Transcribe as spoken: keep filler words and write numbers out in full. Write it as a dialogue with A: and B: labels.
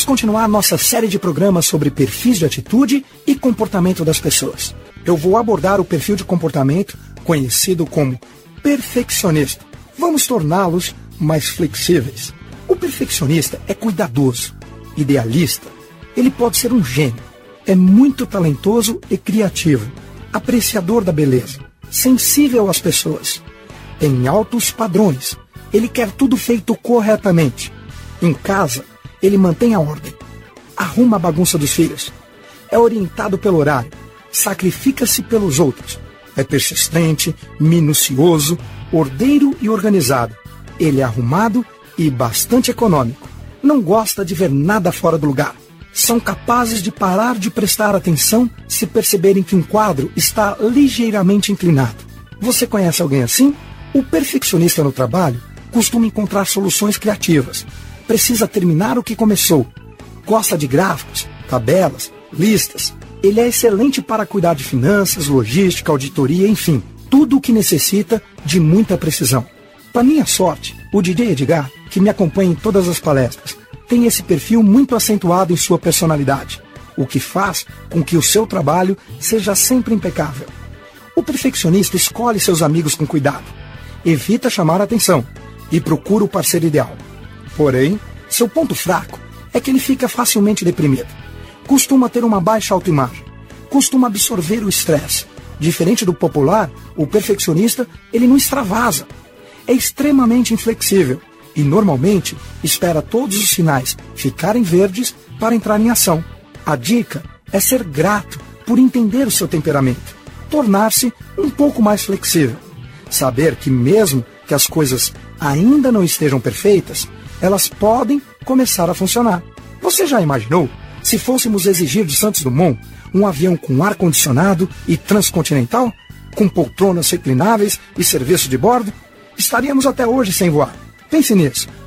A: Vamos continuar nossa série de programas sobre perfis de atitude e comportamento das pessoas. Eu vou abordar o perfil de comportamento conhecido como perfeccionista. Vamos torná-los mais flexíveis. O perfeccionista é cuidadoso, idealista. Ele pode ser um gênio. É muito talentoso e criativo, apreciador da beleza, sensível às pessoas. Tem altos padrões. Ele quer tudo feito corretamente. Em casa, ele mantém a ordem. Arruma a bagunça dos filhos. É orientado pelo horário. Sacrifica-se pelos outros. É persistente, minucioso, ordeiro e organizado. Ele é arrumado e bastante econômico. Não gosta de ver nada fora do lugar. São capazes de parar de prestar atenção se perceberem que um quadro está ligeiramente inclinado. Você conhece alguém assim? O perfeccionista no trabalho costuma encontrar soluções criativas. Precisa terminar o que começou. Gosta de gráficos, tabelas, listas. Ele é excelente para cuidar de finanças, logística, auditoria, enfim, tudo o que necessita de muita precisão. Para minha sorte, o D J Edgar, que me acompanha em todas as palestras, tem esse perfil muito acentuado em sua personalidade, o que faz com que o seu trabalho seja sempre impecável. O perfeccionista escolhe seus amigos com cuidado, evita chamar a atenção e procura o parceiro ideal. Porém, seu ponto fraco é que ele fica facilmente deprimido. Costuma ter uma baixa autoimagem. Costuma absorver o estresse. Diferente do popular, o perfeccionista, ele não extravasa. É extremamente inflexível e, normalmente, espera todos os sinais ficarem verdes para entrar em ação. A dica é ser grato por entender o seu temperamento. Tornar-se um pouco mais flexível. Saber que mesmo que as coisas ainda não estejam perfeitas, elas podem começar a funcionar. Você já imaginou se fôssemos exigir de Santos Dumont um avião com ar-condicionado e transcontinental, com poltronas reclináveis e serviço de bordo? Estaríamos até hoje sem voar. Pense nisso.